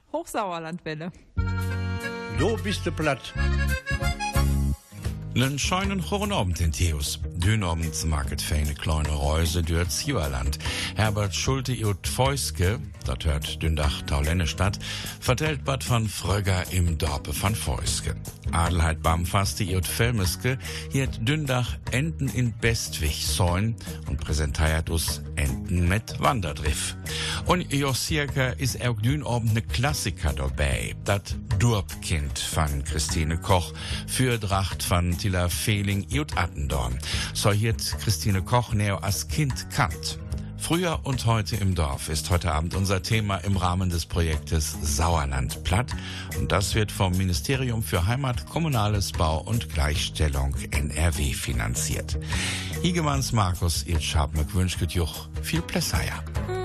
Hochsauerlandwelle. Du bist du platt. Nen scheinen guten Abend in Theos. Dünabend mag et feine kleine Reuse durch Zieberland. Herbert Schulte ut Feuske, dat hört Dündach Taulennestadt, vertellt bad van Frögger im Dorpe van Feuske. Adelheid Bamfaste ut Felmeske, hiert Dündach Enten in Bestwig säun und präsentiert us Enten mit Wanderdriff. Und Josierka is auch Dünabend ne Klassiker dabei, dat Durbkind van Christine Koch, Fürdracht van Tilla Fehling ut Attendorn. So hiert Christine Koch neo als Kind kannt. Früher und heute im Dorf ist heute Abend unser Thema im Rahmen des Projektes Sauerland platt. Und das wird vom Ministerium für Heimat, Kommunales Bau und Gleichstellung NRW finanziert. Higemanns Markus, ihr schabt mir gewünscht, juch viel Plesseier.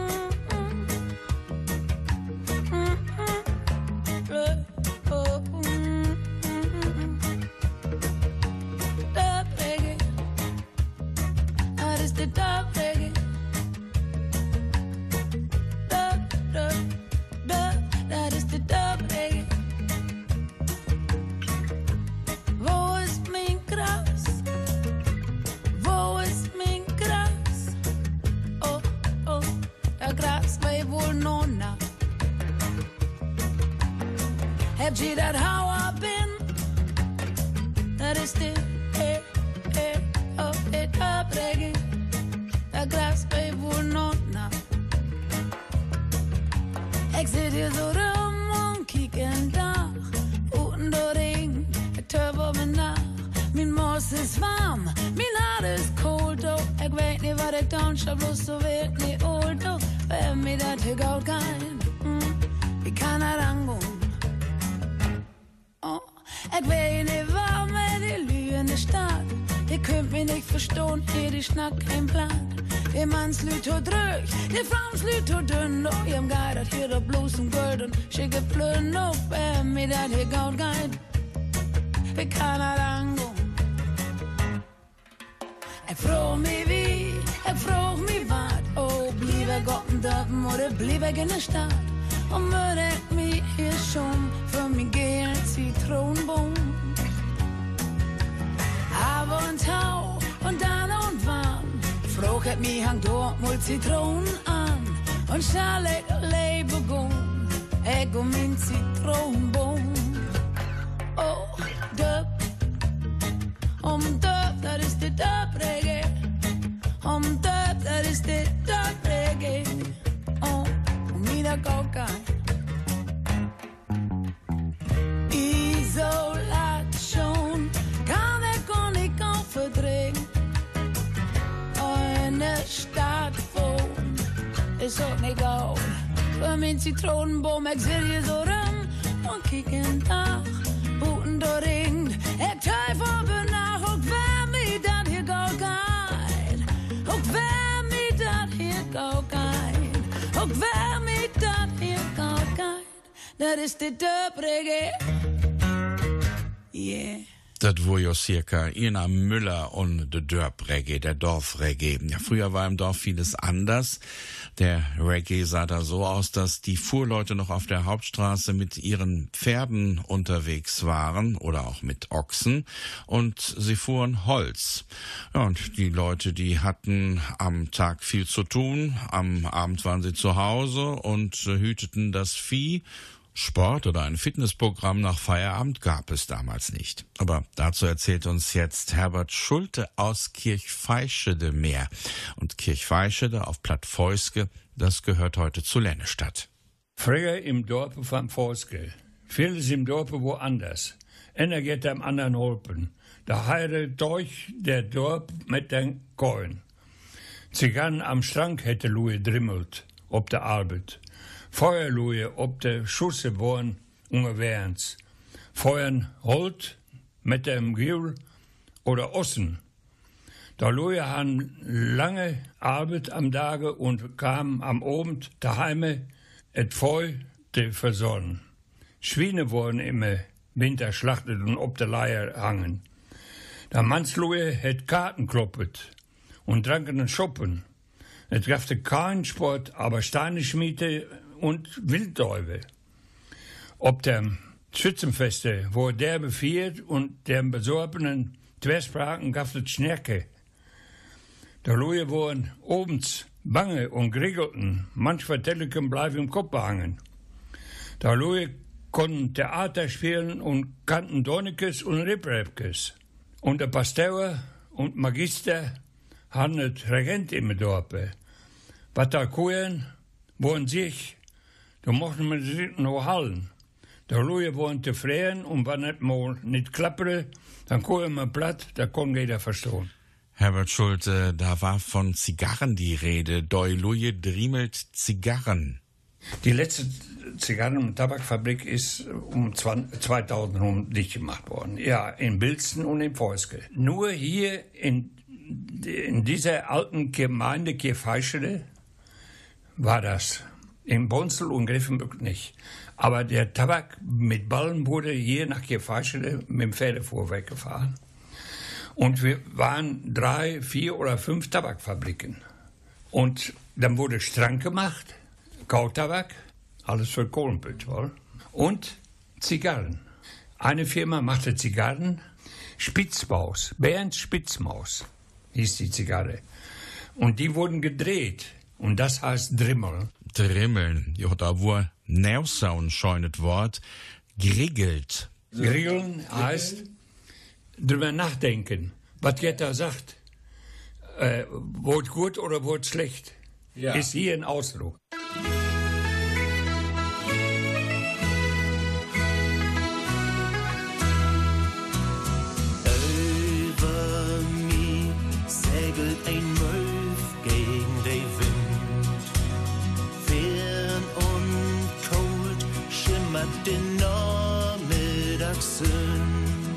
Zitronen an und Charlotte Lebegun, Ego min Zitronenboom. Oh, Dub, Dub, dat is de Dub-Reggae. Dub, dat is de Dub-Reggae. Mira coca. Isolation kan ik kon niet kan verdringen. In de stad is ook niet goud. Voor mijn citronenboom, ik zit hier zo rum. En kijk een dag, boeten doorringt. Ik twijfel benach, ook waar mij dat hier goud gaat. Ook waar mij dat hier goud gaat. Ook waar mij dat hier goud gaat. Dat is de Dub-Reggae. Yeah. Das war ja circa Irna Müller und der Dörp-Reggae, der Dorf-Reggae. Ja, früher war im Dorf vieles anders. Der Reggae sah da so aus, dass die Fuhrleute noch auf der Hauptstraße mit ihren Pferden unterwegs waren oder auch mit Ochsen und sie fuhren Holz. Ja, und die Leute, die hatten am Tag viel zu tun, am Abend waren sie zu Hause und hüteten das Vieh. Sport oder ein Fitnessprogramm nach Feierabend gab es damals nicht. Aber dazu erzählt uns jetzt Herbert Schulte aus Kirchveischede mehr. Und Kirchveischede auf Platt Feuske, das gehört heute zu Lennestadt. Früher im Dorf von Feuske. Vieles im Dorf woanders. Einer geht am anderen holpen. Da heiratet durch der Dorf mit den Koen. Zigarren am Strang hätte Louis drimmelt, ob der Arbeit. Feuerluje ob de Schusse waren ungefährens. Feuern Holt mit dem Gül oder Ossen. Da Luje han lange Arbeit am Tage und kam am Abend daheim et Feu de versorgen. Schweine wurden im Winter schlachtet und ob der Leier hangen. Da Mannsluje het Karten kloppet und tranken Schoppen. Et gaffte keinen Sport, aber Steine schmiede und Wildäuwe. Ob dem Schützenfeste, wo der befiehlt und dem besorbenen Twersprachen gab es Schnärke. Der Luje wurden obens bange und griggelten, manch Vertellungen bleiben im Kopf hangen. Der Luje konnten Theater spielen und kannten Dornikes und Ripräpkes. Und der Pasteur und Magister hatten het Regent im Dorpe. Was da Kuhen wurden sich, da mochten wir sich noch halten. Der Luje wurden zufrieden und wenn es mal nicht klappte, dann kuhen wir platt, da konnte jeder verstehen. Herbert Schulte, da war von Zigarren die Rede. Doi Luje driemelt Zigarren. Die letzte Zigarren- und Tabakfabrik ist um 2000 dicht gemacht worden. Ja, in Bilsten und in Pforzke. Nur hier in dieser alten Gemeinde Kirchveischede war das. In Bonsel und Griffenburg nicht. Aber der Tabak mit Ballen wurde hier nach Kirchveischede mit dem Pferdefuhrwerk gefahren. Und wir waren 3, 4 oder 5 Tabakfabriken. Und dann wurde Strang gemacht, Kautabak, alles für Kohlenpötwol, und Zigarren. Eine Firma machte Zigarren, Spitzmaus, Bernd Spitzmaus hieß die Zigarre. Und die wurden gedreht. Und das heißt Drimmel. Drimmeln, ja, da war Neusaun scheunet Wort, griggelt. Griggeln heißt drüber nachdenken, was jeder sagt. Wird gut oder wird schlecht? Ja. Ist hier ein Ausdruck. Über mir segelt ein Möw gegen den Wind. Fern und kalt schimmert den Nachmittagssinn.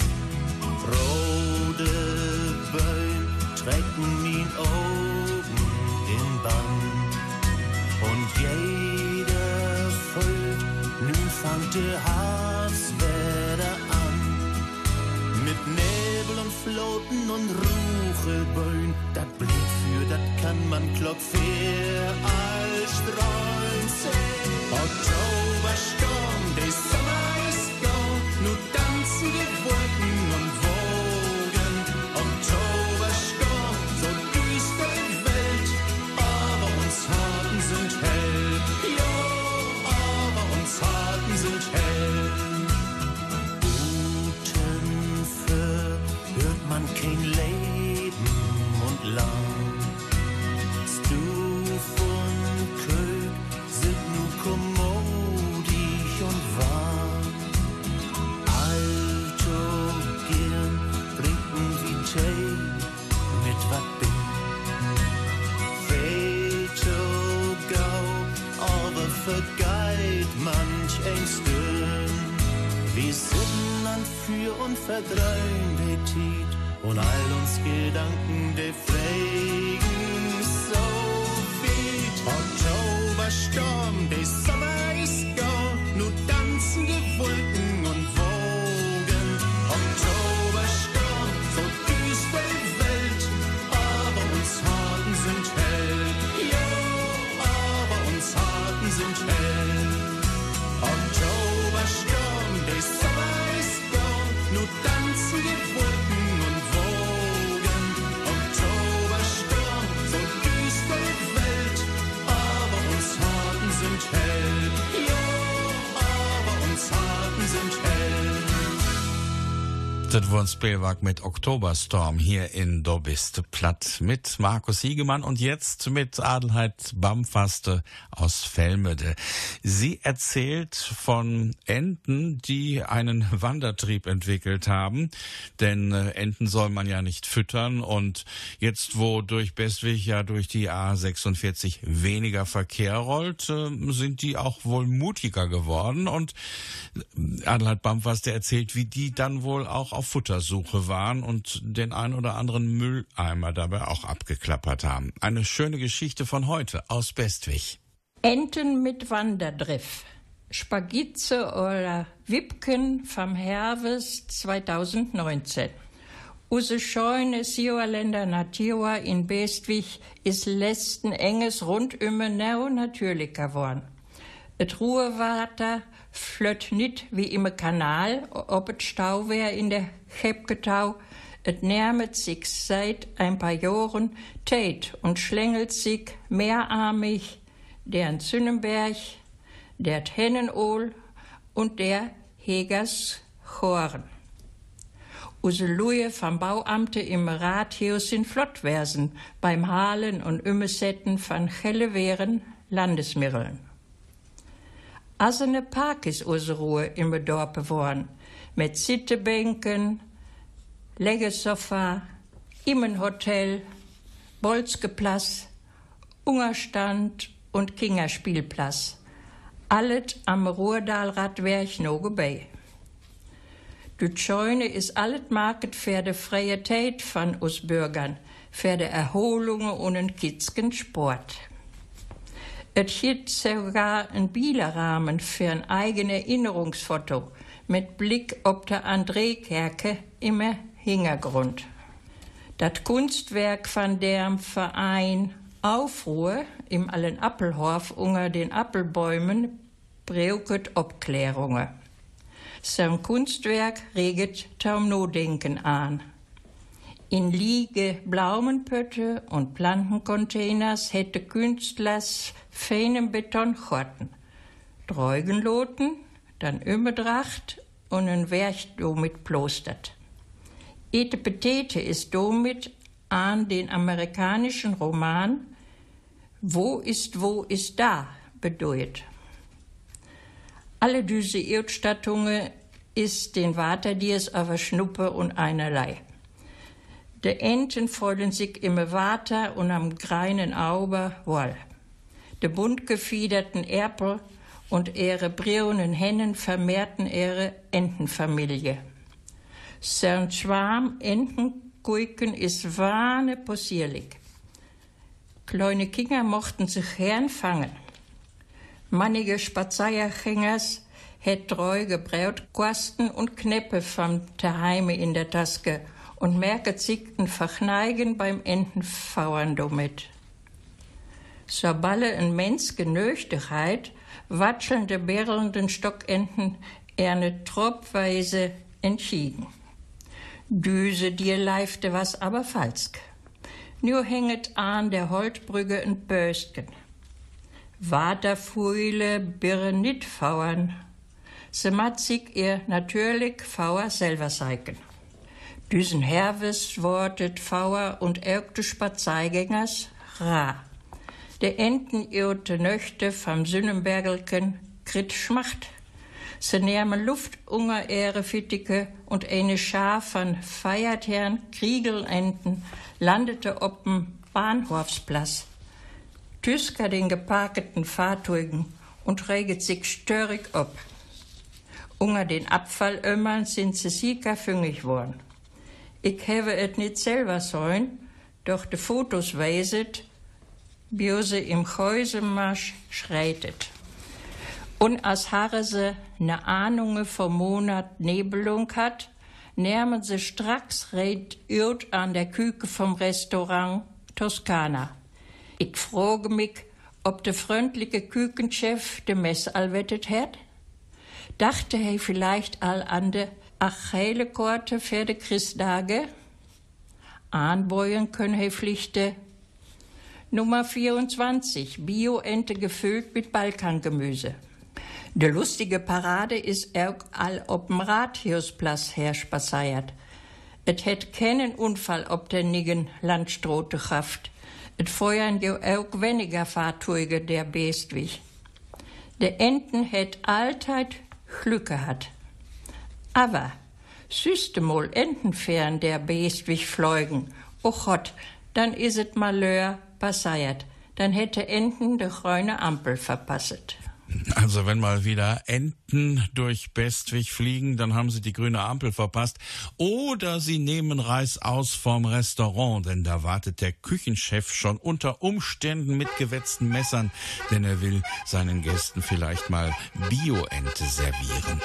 Rote Böen trecken min Augen in Bann. Und jeder folgt, nun fangt der Herbstwetter an. Mit Nebel und Floten und Ruchelböen, dat blieb für, dat kann man Glock fair als Streuen sehen. Oktobersturm, der Sommer ist gone, nu tanzen die Wolken und Wogen. Oktobersturm, so düster die Welt, aber uns Harten sind hell. Jo, aber uns Harten sind hell. Hört man kein Leben und lang. Stuf und Kög sind nun kommodisch und warm. Alto gern trinken wie Tee mit wat bin. Väter gau, aber vergeit manch ein Stück. Wir sitzen an für und verdreuen die Tiet und all uns Gedanken, die pflegen so viel. Oktobersturm, der Sommer ist gone, nu tanzen die Wolken und Wogen. Oktobersturm, so düster die Welt, aber uns Harten sind hell. Jo, aber uns Harten sind hell. Oktobersturm, der Sommer ist gone, nu tanzen die Wolken und Wogen. Oktobersturm, so düster die Welt, aber uns Harten sind hell. Jo, aber uns Harten sind hell. Das war ein Spielwerk mit Oktoberstorm hier in Do bist platt mit Markus Hiegemann und jetzt mit Adelheid Bamfaste aus Velmede. Sie erzählt von Enten, die einen Wandertrieb entwickelt haben, denn Enten soll man ja nicht füttern und jetzt, wo durch Bestwig ja durch die A46 weniger Verkehr rollt, sind die auch wohl mutiger geworden und Adelheid Bamfaste erzählt, wie die dann wohl auch auf Futtersuche waren und den ein oder anderen Mülleimer dabei auch abgeklappert haben. Eine schöne Geschichte von heute aus Bestwig. Enten mit Wanderdriff. Spagitze oder Wipken vom Herbst 2019. Use scheune Sioerländer Natur in Bestwig ist letzten enges rund immer neu natürlicher geworden. Et Ruhewater flöt nicht wie im Kanal, ob es Stau wär in der Chepketau. Et nähmet sich seit ein paar Jahren tät und schlängelt sich mehrarmig der Zünnenberg, der Hennenohl und der Hegers Choren. Use Luje vom Bauamte im Rathaus in Flottwersen beim Halen und Umsetten von Hellewehren Landesmirreln. Asene Park ist use Ruhe im Dorf geworden, mit Sittebänken, Leggesofa, Immenhotel, Bolzgeplatz, Ungerstand und Kingerspielplatz. Alles am Ruhrdalradwerk no gebei. Die Scheune ist alles Market für die freie Tät von uns Bürgern, für die Erholung und den kitzgen Sport. Es gibt sogar einen Bilderrahmen für ein eigenes Erinnerungsfoto mit Blick auf der André-Kerke im Hintergrund. Das Kunstwerk von dem Verein Aufruhr im Allen Appelhof unter den Appelbäumen braucht Abklärungen. Sein Kunstwerk regt zum Nodenken an. In Liege Blumenpötte und Plantencontainers hätte Künstlers feinen Betonchotten, Dreugenloten, dann Ömedracht und ein Werk damit plostert. Etepetete ist damit an den amerikanischen Roman Wo ist da bedeutet. Alle diese Ausstattungen ist den Waterdiers aber Schnuppe und einerlei. De Enten freuen sich im Water und am greinen Auber wohl. De bunt gefiederten Erpel und ihre braunen Hennen vermehrten ihre Entenfamilie. Sein Schwarm Entenkuiken ist wahne possierlich. Kleine Kinder mochten sich gern fangen. Mannige Spaziergängers het treu Brautkosten und Kneppe vom Daheime in der Taske und merket sich ein Verkneigen beim Entenfauern damit. Soballe ein Mensch Genöchtigkeit watscheln de berlenden Stockenten erne tropfweise entschieden. Düse dir leifte was aber falsk. Nur hänget an der Holtbrügge ein Böstgen. Waterfuile birre nit fauern. Se mat sich ihr natürlich Fauer selber zeigen. Düsen Herwes wortet Fauer und ergte Spaziergängers rar. De Enten irrte Nöchte vom Sünnenbergelken krit Schmacht. Se nähmen Luft unger Ehre Fittike und eine Schar von Feiertherren Kriegelenten landete op'm Bahnhofsplatz. Tüsker den geparketen Fahrzeugen und reget sich störig ob. Unger den Abfallömmern sind se sicher füngig worden. Ich habe et nit selber sollen, doch de Fotos weiset, wie se im Häusemarsch schreitet. Und als Harre ne Ahnung vom Monat Nebelung hat, nähmen se stracks red irrt an der Küche vom Restaurant Toskana. Ich frage mich, ob der freundliche Küchenchef de Mess all wettet hat? Dachte er vielleicht all an de Achillekorte für de Christtage? Anbäuen können er Pflichte. Nummer 24, Bio-Ente gefüllt mit Balkangemüse. De lustige Parade ist auch all ob'm Rathausplatz herspaziert. Et hätt keinen Unfall ob der nigen Landstrote Kraft. Et feuern jo auch weniger Fahrzeuge der Bestwig. De Enten hätt allzeit Glück gehabt. Aber Systemol Entenfern der Bestwig fliegen. Och Gott, dann is et Malheur passiert. Dann hätte Enten de grüne Ampel verpasset. Also wenn mal wieder Enten durch Bestwig fliegen, dann haben sie die grüne Ampel verpasst. Oder sie nehmen Reis aus vom Restaurant, denn da wartet der Küchenchef schon unter Umständen mit gewetzten Messern, denn er will seinen Gästen vielleicht mal Bio-Ente servieren.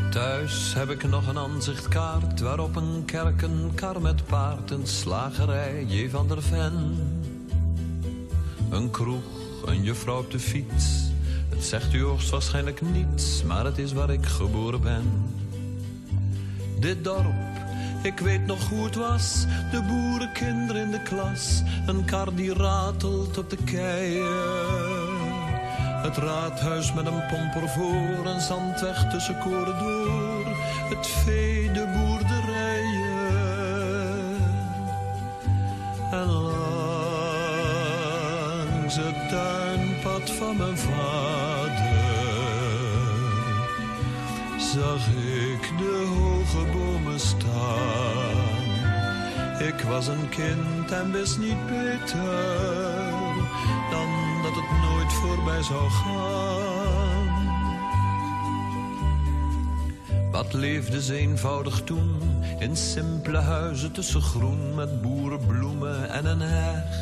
Thuis heb ik nog een aanzichtkaart waarop een kerk, een kar met paard, een slagerij, J. van der Ven. Een kroeg, een juffrouw op de fiets. Het zegt u hoogstwaarschijnlijk niets, maar het is waar ik geboren ben. Dit dorp, ik weet nog hoe het was, de boerenkinderen in de klas. Een kar die ratelt op de keien. Het raadhuis met een pomper voor, een zandweg tussen koren door. Het vee, de boerderijen. En langs het tuinpad van mijn vader zag ik de hoge bomen staan. Ik was een kind en wist niet beter dan dat het nooit voorbij zou gaan. Wat leefde ze eenvoudig toen, in simpele huizen tussen groen, met boerenbloemen en een heg.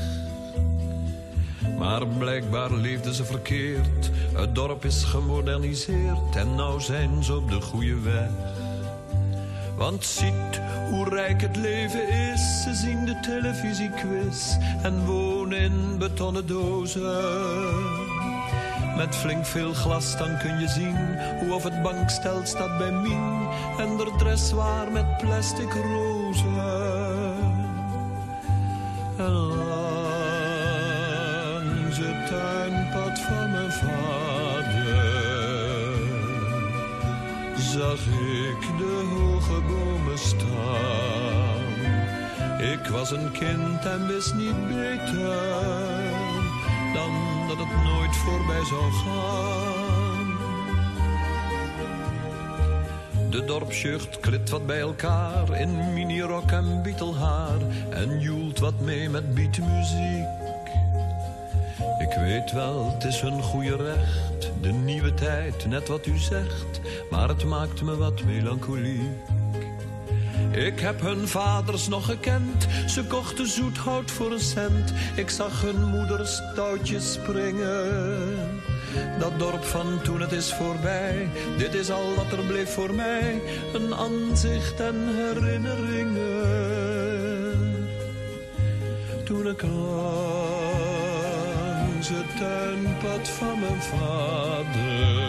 Maar blijkbaar leefden ze verkeerd, het dorp is gemoderniseerd en nou zijn ze op de goede weg. Want ziet hoe rijk het leven is, ze zien de televisiequiz en wonen in betonnen dozen. Met flink veel glas dan kun je zien hoe of het bankstel staat bij Mien en de dressoir met plastic rozen. En langs het tuinpad van mijn vader zag ik de hoge bomen staan. Ik was een kind en wist niet beter dan dat het nooit voorbij zou gaan. De dorpsjeugd klit wat bij elkaar in minirok en bietelhaar en joelt wat mee met beatmuziek. Ik weet wel, het is hun goede recht, de nieuwe tijd, net wat u zegt, maar het maakt me wat melancholiek. Ik heb hun vaders nog gekend, ze kochten zoethout voor een cent. Ik zag hun moeders touwtjes springen. Dat dorp van toen, het is voorbij, dit is al wat er bleef voor mij. Een aanzicht en herinneringen. Toen ik langs het tuinpad van mijn vader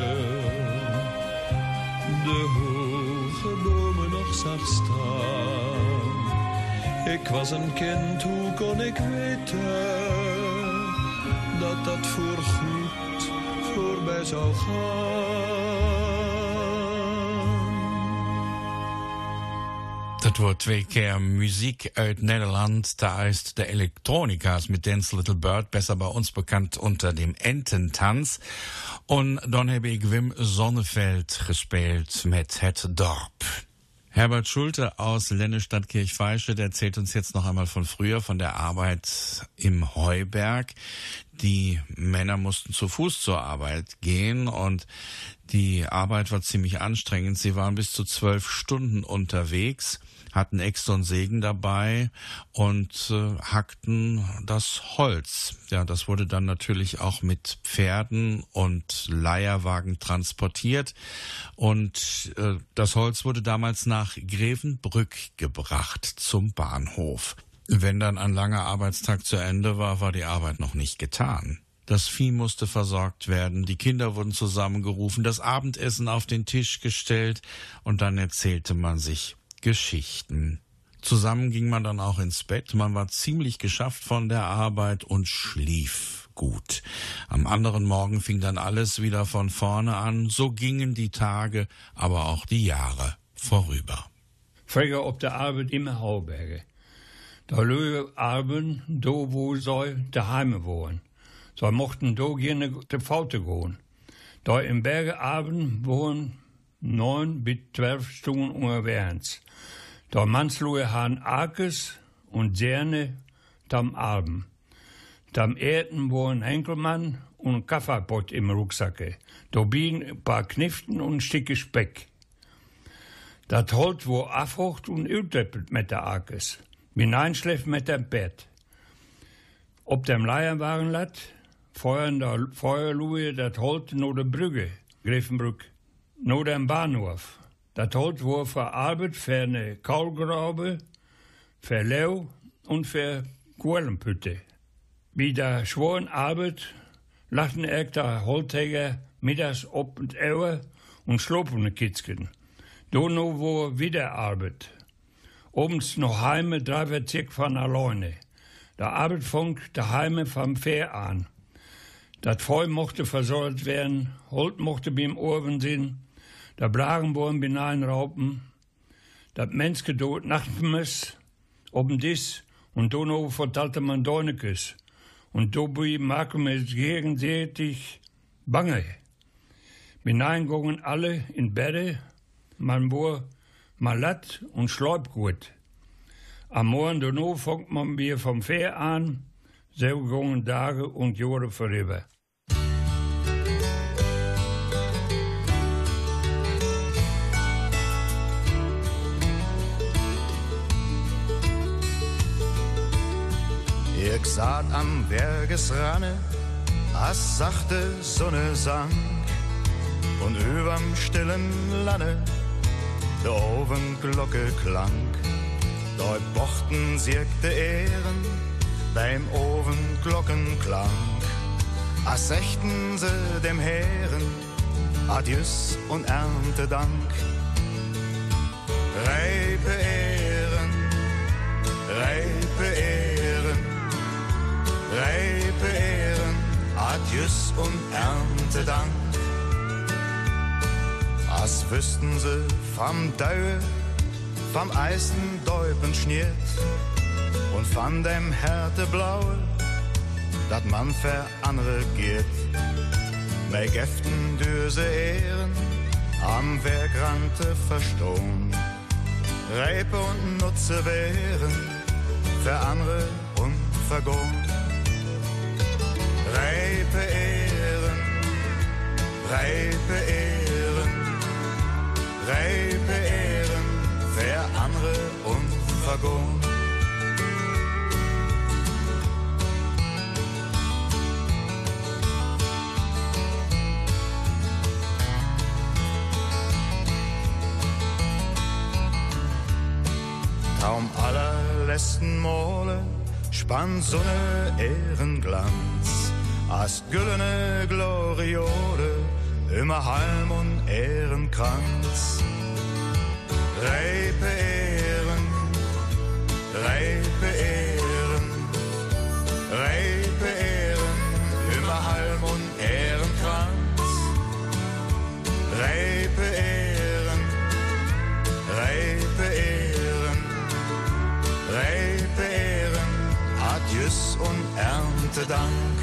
de hoge bomen nog zag staan. Ik was een kind, hoe kon ik weten dat dat voorgoed voorbij zou gaan? Dat wordt 2 keer Musik uit Nederland. Da ist der Elektronikas mit Dance Little Bird, besser bei uns bekannt unter dem Ententanz. Und dann habe ich Wim Sonneveld gespielt mit Het Dorp. Herbert Schulte aus Lennestadt-Kirchveischede erzählt uns jetzt noch einmal von früher, von der Arbeit im Heuberg. Die Männer mussten zu Fuß zur Arbeit gehen und die Arbeit war ziemlich anstrengend. Sie waren bis zu 12 Stunden unterwegs, hatten Äxte und Sägen dabei und hackten das Holz. Ja, das wurde dann natürlich auch mit Pferden und Leierwagen transportiert und das Holz wurde damals nach Grevenbrück gebracht zum Bahnhof. Wenn dann ein langer Arbeitstag zu Ende war, war die Arbeit noch nicht getan. Das Vieh musste versorgt werden, die Kinder wurden zusammengerufen, das Abendessen auf den Tisch gestellt und dann erzählte man sich Geschichten. Zusammen ging man dann auch ins Bett, man war ziemlich geschafft von der Arbeit und schlief gut. Am anderen Morgen fing dann alles wieder von vorne an, so gingen die Tage, aber auch die Jahre vorüber. Früher op de Arbeit immer Hauberge. Da löwe Arben, do wo sie daheim wohnen. Sie mochten do gerne te Faute gehen. Da im Berge Arben wohnen 9 bis 12 Stunden unterwegs. Da manslue han Akes und Serne tam Arben. Tam Erden wohnen Henkelmann und ein Kaffeepot im Rucksacke. Da bien ein paar Kniften und ein Stücke Speck. Dat Holz wo afhocht und uitdeppelt mit der Akes. Hineinschläft mit dem Bett. Op dem Leierwagen lat, feuern der Feuerlue dat Holz nur der Brügge, Grevenbrück. nur dem Bahnhof. Das holt wohl für Arbeit, für eine Kaulgrabe, für Leu und für Kohlenpütte. Wie der schweren Arbeit lachten der Holtäger mittags op und Ewe und schlopen ein Kitzchen. Dono wo wieder Arbeit. Obens noch heime 3 Bezirk von alleine. Der Arbeit funkt der Heime vom Fair an. Dat Feu mochte versorgt werden, Holt mochte beim Ohren sein, der Blagenborn binein raupen, dat Menske dort nachtmes, oben dis, und dono vertalte man Dornekes, und dobi maken es gegenseitig bange. Bineingingen alle in Bette, man bohr malat und Schleubgut. Am Morgen dono fangt man wieder vom Fair an, so gingen Tage und Jahre vorüber. Ich saß am Bergesrande, as sachte Sonne sang, und überm stillen Lande der Ofenglocke klang. Dort bochten siegte Ehren beim Ofenglockenklang. As sechten sie dem Herren Adieus und Erntedank. Reipe Ehren, reipe Ehren, reipe Ehren, Adieus und Erntedank. As wüssten sie vom Daue, vom eisen Däupen schniert und von dem Härteblaue, dat man für andere geht. Mei Geften düse Ehren am Wegrante verstohn. Reipe und Nutze wären für andere unvergohn. Reipe Ehren, reipe Ehren, reipe Ehren für andere unvergohn. Kaum allerletzten Male spann Sonne Ehrenglanz, as güllene Gloriole, immer Halm und Ehrenkranz. Reipe Ehren, reipe Ehren, reipe Ehren, immer Halm und Ehrenkranz. Reipe Ehren, reipe Ehren, reipe Ehren, Adieus und Erntedank.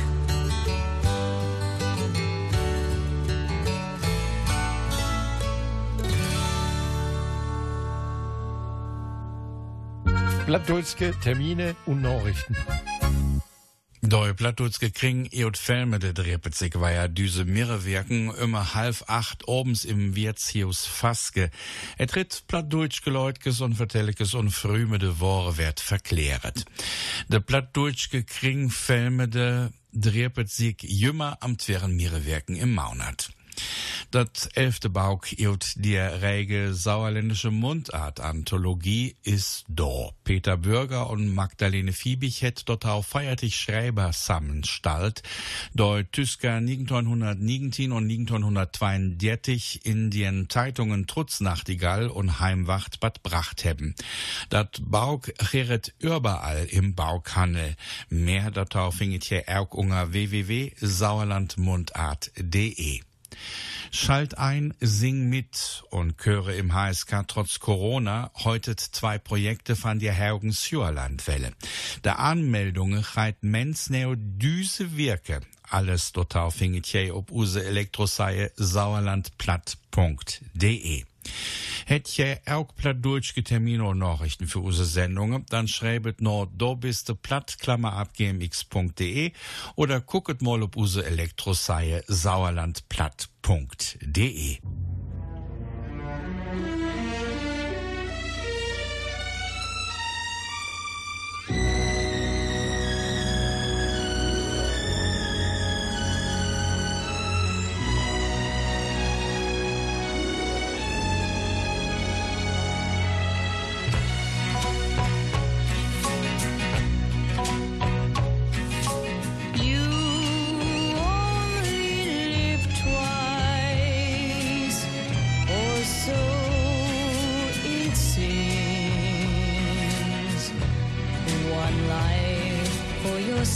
Plattdeutsche Termine und Nachrichten. Doi Plattdeutsche Kring eot Filme de Drepezig war ja düse Mirrewirken immer 7:30 obens im Wirtshaus Faske. Tritt Plattdeutsch Geläutges und Vertellikes und Früme de Wore wird verkläret. De Plattdeutsche Kring Filme de Drepezig jümmer am tweren Mirrewirken im Monat. Das 11. Bauk eut die rege sauerländische Mundart-Anthologie ist da. Peter Bürger und Magdalene Fiebig het dort auch feiertig Schreiber sammenstalt, dort Tüsker 1919 und 1932 in den Zeitungen Trutznachtigall und Heimwacht Bad Bracht hebben. Dat Bauk geret überall im Baukhandel. Mehr dort findet ihr auch unter www.sauerlandmundart.de. Schalt ein, sing mit und chöre im HSK trotz Corona heute 2 Projekte von der Hergens Sjuerlandwelle. Der Anmeldungen reit mensneo düse Wirke. Alles total findet je ob use Elektroseie sauerlandplatt.de. Hätt je auch plattdeutsche Termine und Nachrichten für unsere Sendungen, dann schreibet noch do bist de platt, @gmx.de oder gucket mal ob unsere Elektroseie sauerlandplatt.de.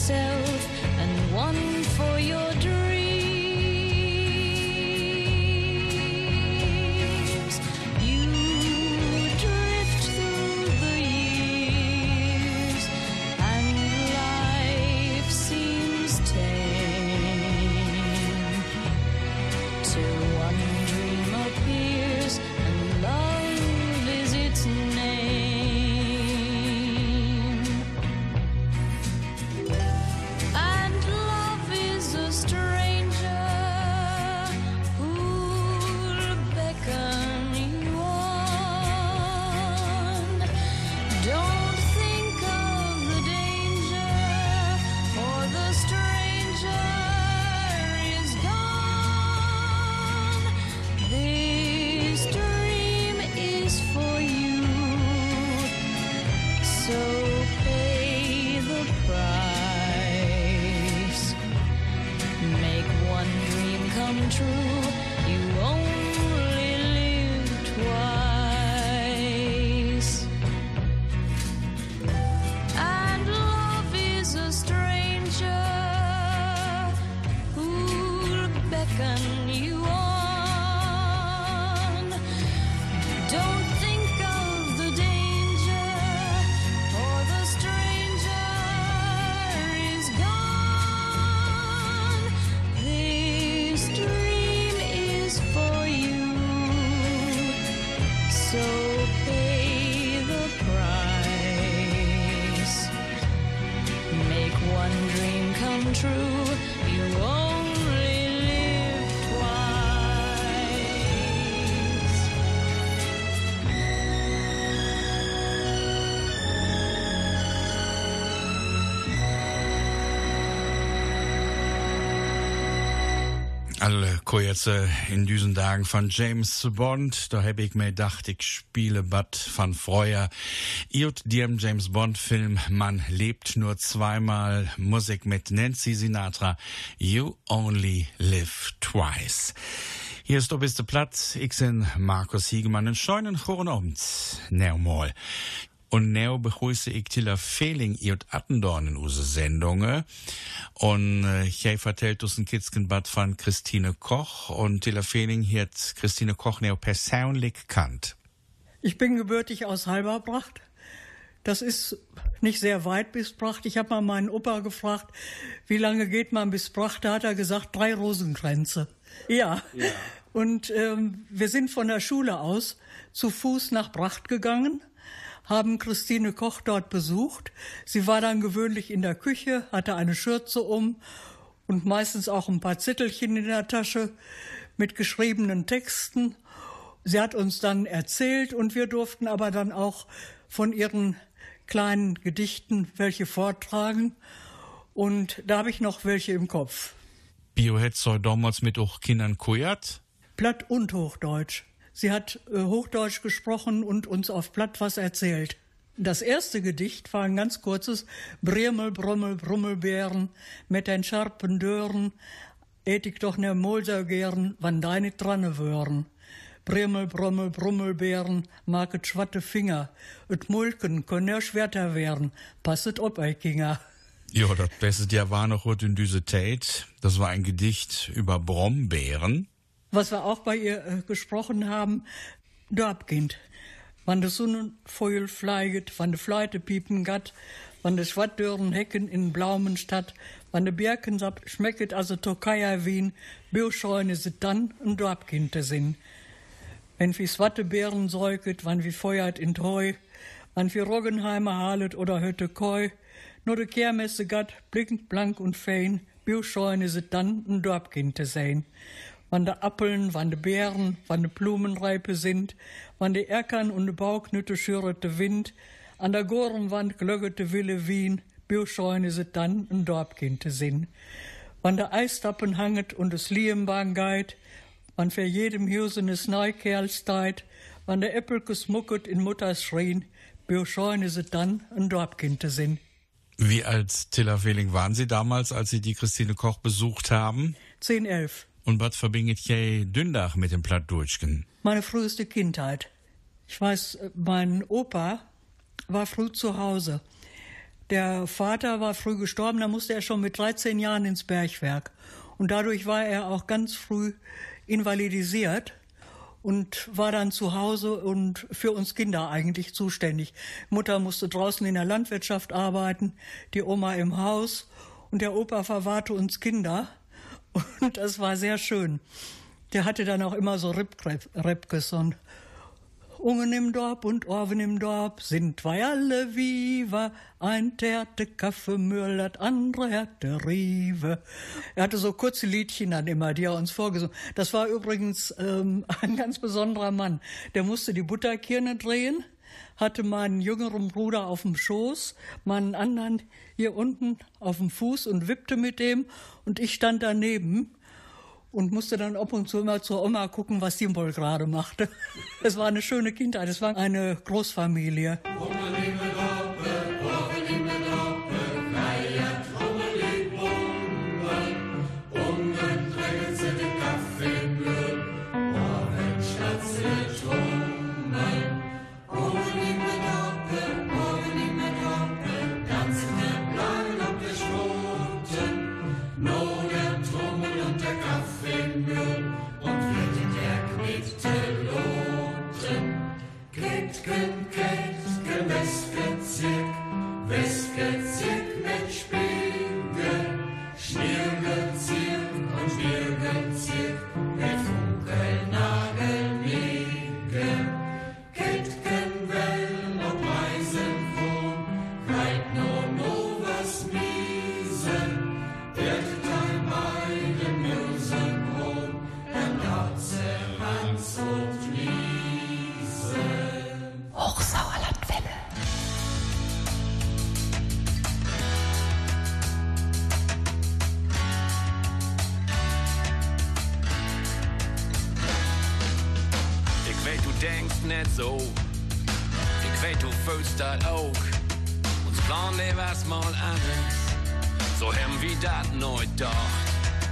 yourself and one for your dreams. You drift through the years and life seems tame till one dream appears and love is its name. And love is a stranger who'll beckon you on. Don't think of the danger, for the stranger is gone. This dream is for you, so pay the price. Make one dream come true. You only live twice. And love is a stranger who'll beckon you on. Don't think of the danger, for the stranger is gone. This dream is for you, so pay the price. Make one dream come true. You only live twice. Alle Kojetze in diesen Tagen von James Bond, da hab ich mir gedacht, ich spiele Bad van Freuer. Iut dem James Bond Film Man lebt nur zweimal, Musik mit Nancy Sinatra, You Only Live Twice. Hier ist bist du Platz, ich bin Markus Hiegemann, einen schönen guten Abend, mal. Und now begrüße ich Tilla Fehling iot Attendorn in unsere Sendungen. Und ich vertellt uns ein Kitzkenbad von Christine Koch. Und Tilla Fehling hat Christine Koch now persönlich kannt. Ich bin gebürtig aus Halberbracht. Das ist nicht sehr weit bis Bracht. Ich habe mal meinen Opa gefragt, wie lange geht man bis Bracht? Da hat er gesagt, 3 Rosenkränze. Ja. Und wir sind von der Schule aus zu Fuß nach Bracht gegangen, haben Christine Koch dort besucht. Sie war dann gewöhnlich in der Küche, hatte eine Schürze um und meistens auch ein paar Zettelchen in der Tasche mit geschriebenen Texten. Sie hat uns dann erzählt und wir durften aber dann auch von ihren kleinen Gedichten welche vortragen. Und da habe ich noch welche im Kopf. Bio hätt so damals mit auch Kindern kujat? Platt und Hochdeutsch. Sie hat Hochdeutsch gesprochen und uns auf Platt was erzählt. Das erste Gedicht war ein ganz kurzes Brimmel, Brummel, Brummelbeeren mit den scharpen Dören, ät ich doch ne Molser gern, wann deine dranne wören. Brimmel, Brummel, Brummelbeeren, mag et schwatte Finger, et Mulken können ja schwerter werden, passet ob, ei Kinger. Ja, das Beste ja war noch heute in diese Tate. Das war ein Gedicht über Brombeeren. Was wir auch bei ihr gesprochen haben, Dörpkind. Wann de Sonnenfeul fleiget, wann de Fleite piepen gatt, wann de Schwattdören hecken in Blaumen Stadt, wann de Birkensap schmecket also Türkei Wien, Bioscheune sit dann ein Dörpkind sinn. Wenn wie Swattebeeren säuget, wann wie feuert in Treu, wann wie Roggenheimer halet oder Hötte Koi, nur de Kehrmesse gatt, blickend blank und fein, Bioscheune sit dann ein Dörpkind sein. Wann de Appeln, wann de Beeren, wann de Blumenreipe sind, wann de Erkern und de Bauknütte schüret de Wind, an der Gorenwand glögget de Wille Wien, Bioscheune sit dann ein Dorpkind sinn. Wann de Eistappen hanget und des Liembahn geit, wann für jedem Husen es Neukerls deit, wann de Äppelkes mucket in Mutters Schrien, Bioscheune sit dann ein Dorpkind sinn. Wie alt, Tilla Fehling, waren Sie damals, als Sie die Christine Koch besucht haben? 10, 11. Und was verbindet jij Dündach mit dem Plattdeutschen? Meine früheste Kindheit. Ich weiß, mein Opa war früh zu Hause. Der Vater war früh gestorben, da musste er schon mit 13 Jahren ins Bergwerk. Und dadurch war er auch ganz früh invalidisiert und war dann zu Hause und für uns Kinder eigentlich zuständig. Mutter musste draußen in der Landwirtschaft arbeiten, die Oma im Haus und der Opa verwahrte uns Kinder. Und das war sehr schön. Der hatte dann auch immer so Repkes und Ungen im Dorf und Orven im Dorf sind wir alle viva. Ein Terte Kaffeemühl, das andere Härte Rive. Er hatte so kurze Liedchen dann immer, die er uns vorgesungen. Das war übrigens ein ganz besonderer Mann. Der musste die Butterkirne drehen, hatte meinen jüngeren Bruder auf dem Schoß, meinen anderen hier unten auf dem Fuß und wippte mit dem. Und ich stand daneben und musste dann ab und zu immer zur Oma gucken, was die wohl gerade machte. Es war eine schöne Kindheit, es war eine Großfamilie. Net so, ich weet du fühlst dat auch. Uns Plan lebt erstmal anders, so hem wie dat nooit dacht.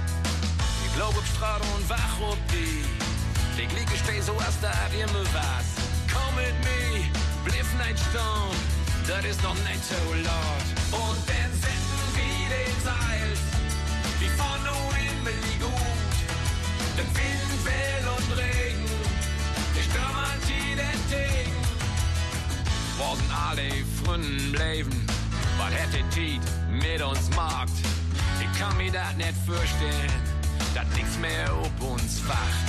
Ich glaub op Straße und wach op die. Ich liege steh so als da immer was. Komm mit mir, bliff nicht stehen, das ist noch nicht so laut. Und dann setzen wir den Seil, wie von nun immer gut. Den Wind, Wellen und Regen, ich stürm an die den Ding. Wollten alle Fründen bleiben, was hätte Tiet mit uns macht. Ich kann mir das nicht vorstellen, dass nichts mehr ob uns wacht.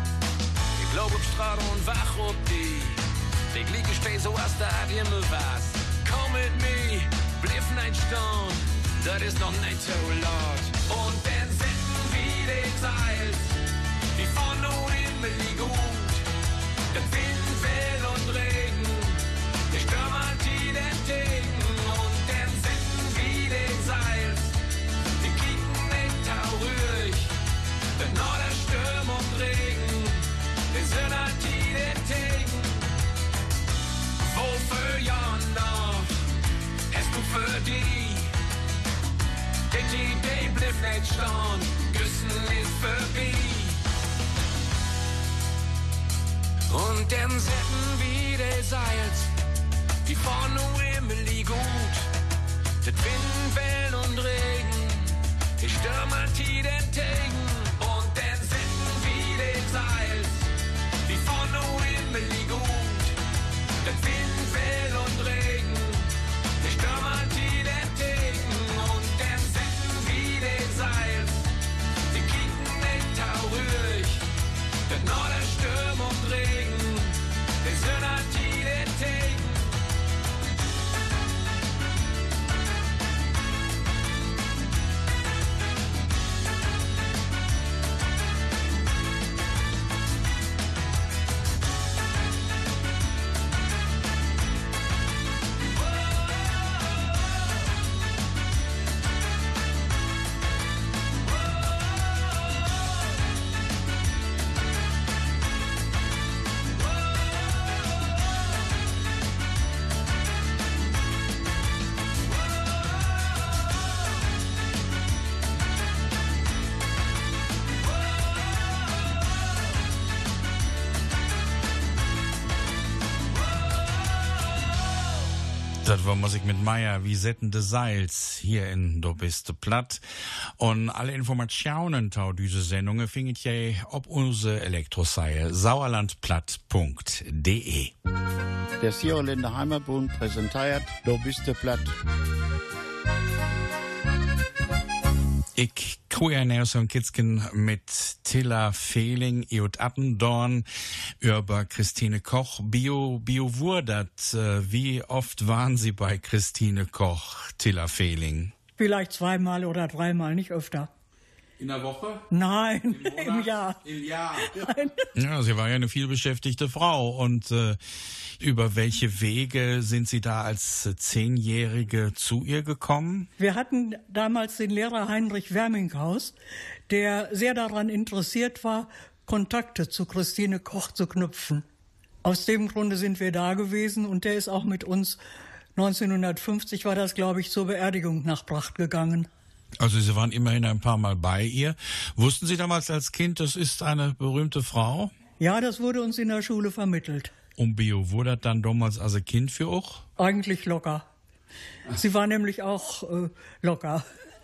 Ich glaub auf Straße und wach ob die. Ich liege steh so als da immer was. Komm mit mir, bliff nicht stehen, das ist noch nicht so laut. Und dann setzen wir den Seil, wie von nun immer gut. Der Wind, Wellen und Regen, ich stürm an die den Ding. Und dann setzen wir den Seil, wir kicken nicht traurig, denn nur der Sturm und Regen, wir sind an die den Ding. Wofür ja noch, hast du für die? Die Idee blieb nicht stehen, Güssen ist vorbei. Und dann setzen wir den Seil, die von nur immer gut. Das Wind, Wellen und Regen, ich stürm an die den Tegen. Und dann setzen wir den Seil, die von nur immer gut. Das Wind, Wellen und Regen, ich stürm an die den Tegen. Und dann setzen wir den Seil, wir kicken nicht traurig, denn nur der Sturm und Regen, wir sind an die den Tegen. Das war Musik mit Meier, wie Setten de Seils, hier in Do biste platt. Und alle Informationen zu diese Sendungen findet ihr auf unsere Elektroseite sauerlandplatt.de. Der Sierländer Heimatbund präsentiert Do biste platt. Ich kuhe so ein Kitzken mit Tilla Fehling und Attendorn über Christine Koch. Bio Wurdat. Wie oft waren Sie bei Christine Koch, Tilla Fehling? Vielleicht 2-mal oder 3-mal, nicht öfter. In der Woche? Nein, im Jahr. Im Jahr. Nein. Ja, sie war ja eine vielbeschäftigte Frau. Und über welche Wege sind Sie da als 10-Jährige zu ihr gekommen? Wir hatten damals den Lehrer Heinrich Werminghaus, der sehr daran interessiert war, Kontakte zu Christine Koch zu knüpfen. Aus dem Grunde sind wir da gewesen und der ist auch mit uns, 1950 war das, glaube ich, zur Beerdigung nach Bracht gegangen. Also Sie waren immerhin ein paar Mal bei ihr. Wussten Sie damals als Kind, das ist eine berühmte Frau? Ja, das wurde uns in der Schule vermittelt. Und Bio wurde das dann damals als ein Kind für auch? Eigentlich locker. Sie war nämlich auch locker.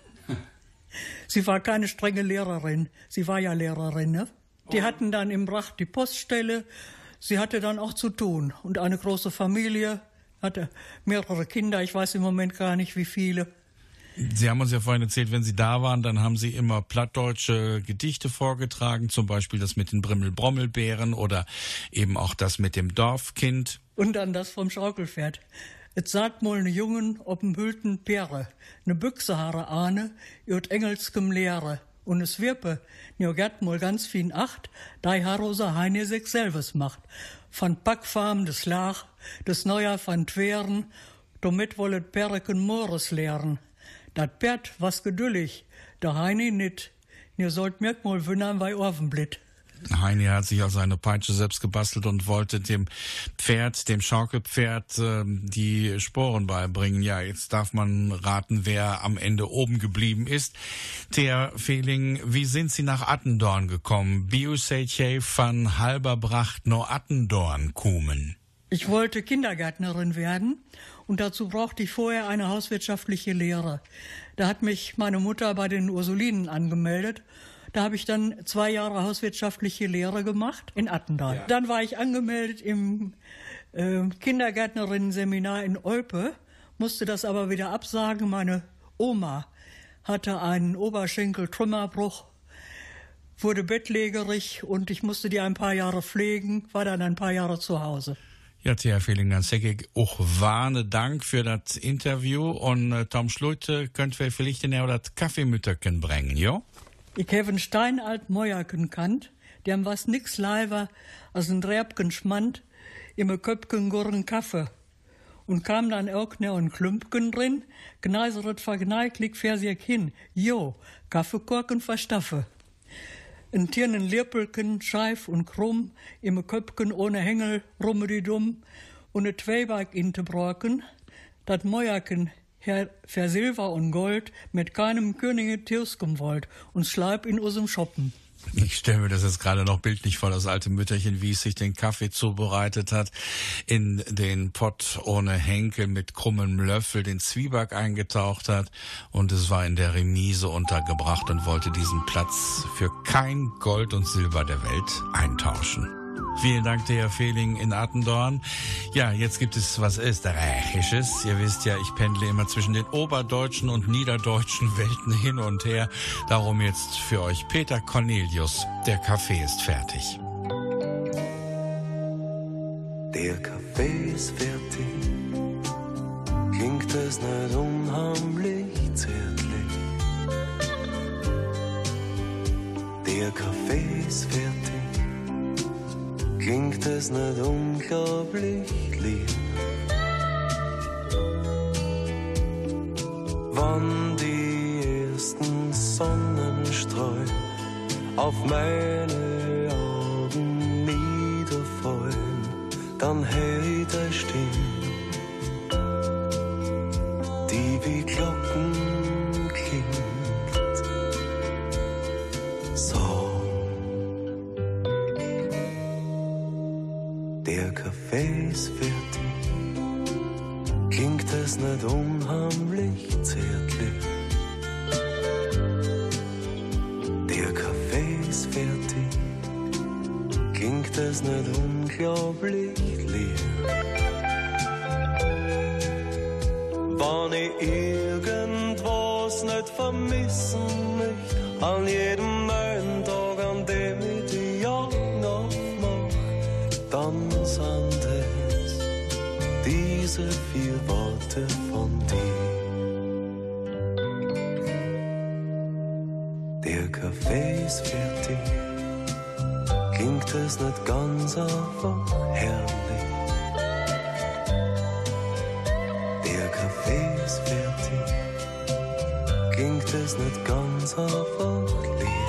Sie war keine strenge Lehrerin. Sie war ja Lehrerin, ne? Die hatten dann in Bracht die Poststelle. Sie hatte dann auch zu tun. Und eine große Familie, hatte mehrere Kinder. Ich weiß im Moment gar nicht, wie viele. Sie haben uns ja vorhin erzählt, wenn Sie da waren, dann haben Sie immer plattdeutsche Gedichte vorgetragen, zum Beispiel das mit den Brimmel-Brommelbeeren oder eben auch das mit dem Dorfkind. Und dann das vom Schaukelpferd. Et sagt mal ne Jungen ob'm hüllten Pere, ne Büchsehaare ahne, jod engelskem Lehre. Und es wirpe, ne gert mal ganz fin acht, dei Harrosa Heine sich selbes macht. Van Backfarm des Lach, des Neujahr van Tweren, domit wollet Pereken Mores lehren. Dat Pferd was geduldig, der Heini nit. Ihr sollt mirk mal wünnern bei Orvenblit. Heini hat sich also eine Peitsche selbst gebastelt und wollte dem Pferd, dem Schaukelpferd, die Sporen beibringen. Ja, jetzt darf man raten, wer am Ende oben geblieben ist. Thea Fehling, wie sind Sie nach Attendorn gekommen? Biusetje van Halberbracht no Attendorn kommen. Ich wollte Kindergärtnerin werden und dazu brauchte ich vorher eine hauswirtschaftliche Lehre. Da hat mich meine Mutter bei den Ursulinen angemeldet. Da habe ich dann 2 Jahre hauswirtschaftliche Lehre gemacht in Attendorn. Ja. Dann war ich angemeldet im Kindergärtnerinnen-Seminar in Olpe, musste das aber wieder absagen. Meine Oma hatte einen Oberschenkel-Trümmerbruch, wurde bettlägerig und ich musste die ein paar Jahre pflegen, war dann ein paar Jahre zu Hause. Ja, Thea Fehling, ganz säckig auch warne Dank für das Interview und Tom Schluite könnt wir vielleicht in das Kaffeemütterken bringen, jo? Ich habe einen steinalt Mäuerken kannt, die haben was nix leiver als ein Räbken schmand, im Köpken gurren Kaffee. Und kam dann auch ne ein Klümpken drin, gneiseret vergneiklig versieg hin, jo, Kaffeekorken verstaffe. Ein Tiernen Lirpelken, scheif und krumm, im Köpken ohne Hängel, rumme die dumm, und ne Zweiberg in te Brocken, dat Mäuerken Herr für Silber und Gold mit keinem Könige Tirskum wollt und schleib in unserem Schoppen. Ich stelle mir das jetzt gerade noch bildlich vor, das alte Mütterchen, wie es sich den Kaffee zubereitet hat, in den Pott ohne Henkel mit krummem Löffel den Zwieback eingetaucht hat und es war in der Remise untergebracht und wollte diesen Platz für kein Gold und Silber der Welt eintauschen. Vielen Dank, Thea Fehling in Attendorn. Ja, jetzt gibt es was Österreichisches. Ihr wisst ja, ich pendle immer zwischen den oberdeutschen und niederdeutschen Welten hin und her. Darum jetzt für euch Peter Cornelius. Der Kaffee ist fertig. Der Kaffee ist fertig. Klingt es nicht unheimlich zärtlich? Der Kaffee ist fertig. Klingt es nicht unglaublich lieb? Wann die ersten Sonnenstrahlen auf meine Augen niederfallen, dann hör ich deine Stimme, die wie Glocken klingt. So. Der Kaffee ist fertig, klingt es nicht unheimlich zärtlich. Der Kaffee ist fertig, klingt es nicht unglaublich leer. Wenn ich irgendwas nicht vermissen möchte, an jedem neuen Tag, an dem ich die Augen aufmach, dann sind es diese 4 Worte von dir. Der Kaffee ist fertig, klingt es nicht ganz einfach herrlich. Der Kaffee ist fertig, klingt es nicht ganz einfach leer.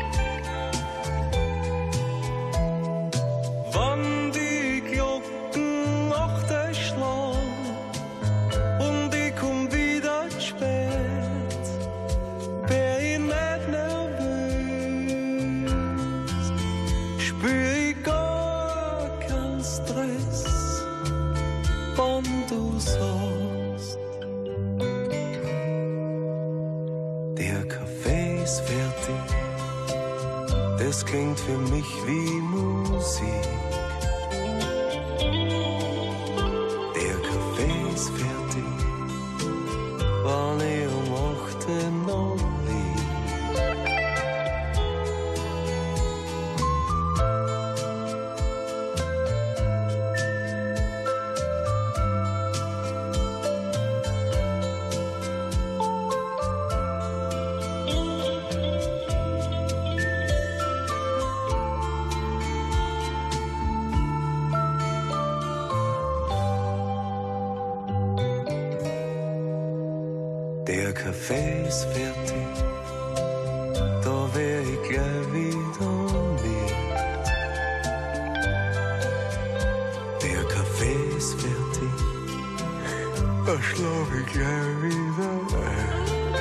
Wann die Glocken 8 schlagen und ich komm wieder spät, wär ich nicht nervös, spür ich gar keinen Stress, wann du sagst, der Kaffee ist fertig, das klingt für mich wie Musik. Der Kaffee ist fertig, wann ich um 8 noch lieg. Der Kaffee ist fertig, da wär ich gleich wieder mit. Der Kaffee ist fertig, da schlaf ich gleich wieder ein.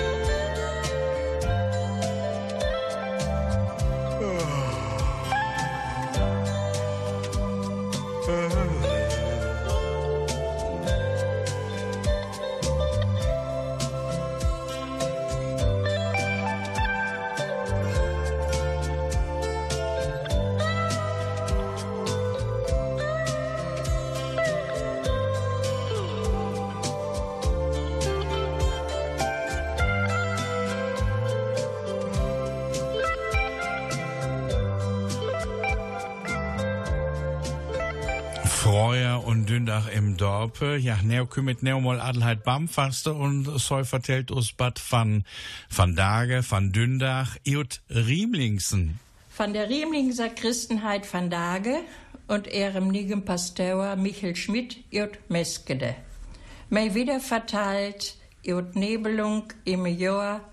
Freuer und Dündach im Dorpe. Ja, neo kümmet neo mal Adelheid Bamfaste und so vertellt us Bad van Dage, van Dündach, Jut Riemlingsen. Von der Riemlingser Christenheit van Dage und ihrem nigem Pastor Michel Schmidt Jut Meskede. Mei wieder verteilt Jut Nebelung im Jahr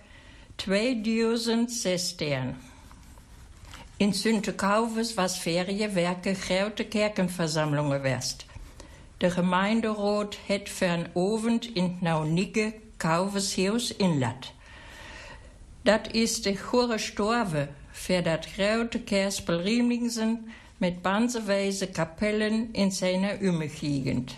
2016. In Sünte-Kauves was Ferienwerke grote Kerkenversammlungen wärst. Der Gemeinderat het für ein Ovend in Naunigge Kauveshaus inlat. Dat is de gore Storve für dat grote Kerspel Riemlingsen mit banseweise Kapellen in seiner Ümegegend.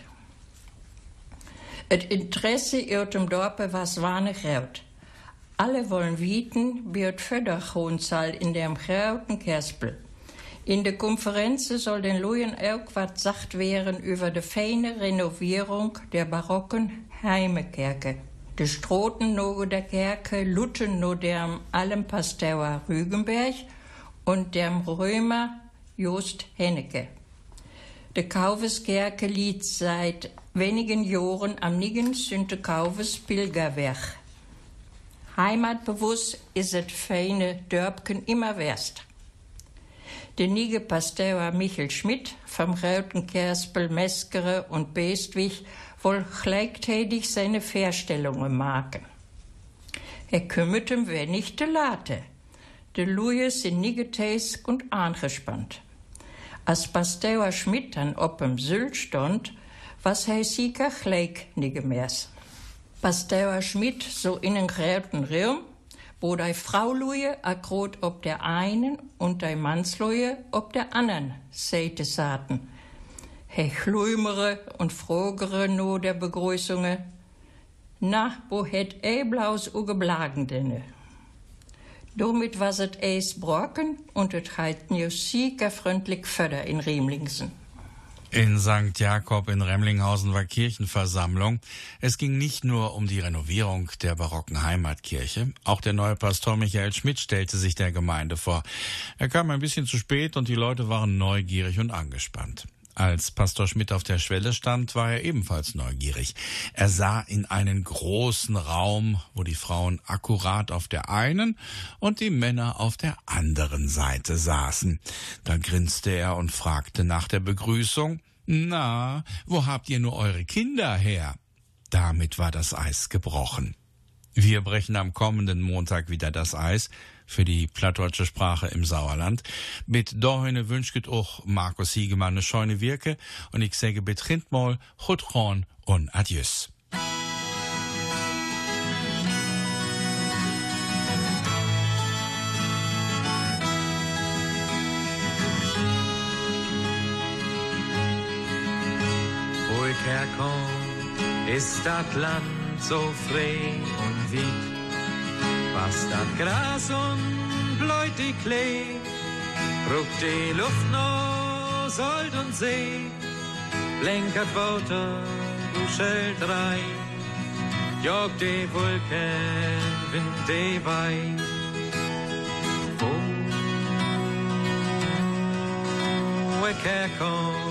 Het Interesse uit dem Dorpe was wane groot. Alle wollen wieten, wie het Fördergrundzahl in dem groten Kerspel. In der Konferenz soll den Leuten auch was sagt werden über die feine Renovierung der barocken Heimekerke. De Stroten noge der Kerke lutten no dem Allenpasteur Rügenberg und dem Römer Jost Hennecke. De Kauveskerke liegt seit wenigen Jahren am nigen Sünte-Kauves Pilgerweg. Heimatbewusst ist het feine Dörpken immer wärst. Der nige Pasteur Michel Schmidt vom Roten Kerspel Meskere und Bestwig wohl gleichtätig seine Vorstellungen machen. Kümmert ihm wer nicht de Late. De Luje sind nigetäsk und angespannt. Als Pasteur Schmidt dann op'm Sylt stond, was sicher gleich nigemers. Pasteur Schmidt so in den großen Raum, wo die Frauluje akrot ob der einen und die Mannsluje ob der anderen Seite saßen. He glumere und frogere no der Begrüßungen. Na, wo het Blaus ugeblagen denne? Damit was het eis brocken und het heiten jo sieger freundlich föder in Riemlingsen. In St. Jakob in Remlinghausen war Kirchenversammlung. Es ging nicht nur um die Renovierung der barocken Heimatkirche. Auch der neue Pastor Michael Schmidt stellte sich der Gemeinde vor. Er kam ein bisschen zu spät und die Leute waren neugierig und angespannt. Als Pastor Schmidt auf der Schwelle stand, war er ebenfalls neugierig. Er sah in einen großen Raum, wo die Frauen akkurat auf der einen und die Männer auf der anderen Seite saßen. Da grinste er und fragte nach der Begrüßung: »Na, wo habt ihr nur eure Kinder her?« Damit war das Eis gebrochen. Wir brechen am kommenden Montag wieder das Eis für die plattdeutsche Sprache im Sauerland. Mit dahin wünscht auch Markus Hiegemann eine schöne Wirke und ich sage betrint mal Chutron und Adieus. Wo ich herkomm, ist das Land so frei und weit. Was das Gras und bläut die Klee, ruckt die Luft noch Sold und See, blänkert Water, du Schelt rein, jogt die Wolken, Wind die Wein. Oh, ich herkomm,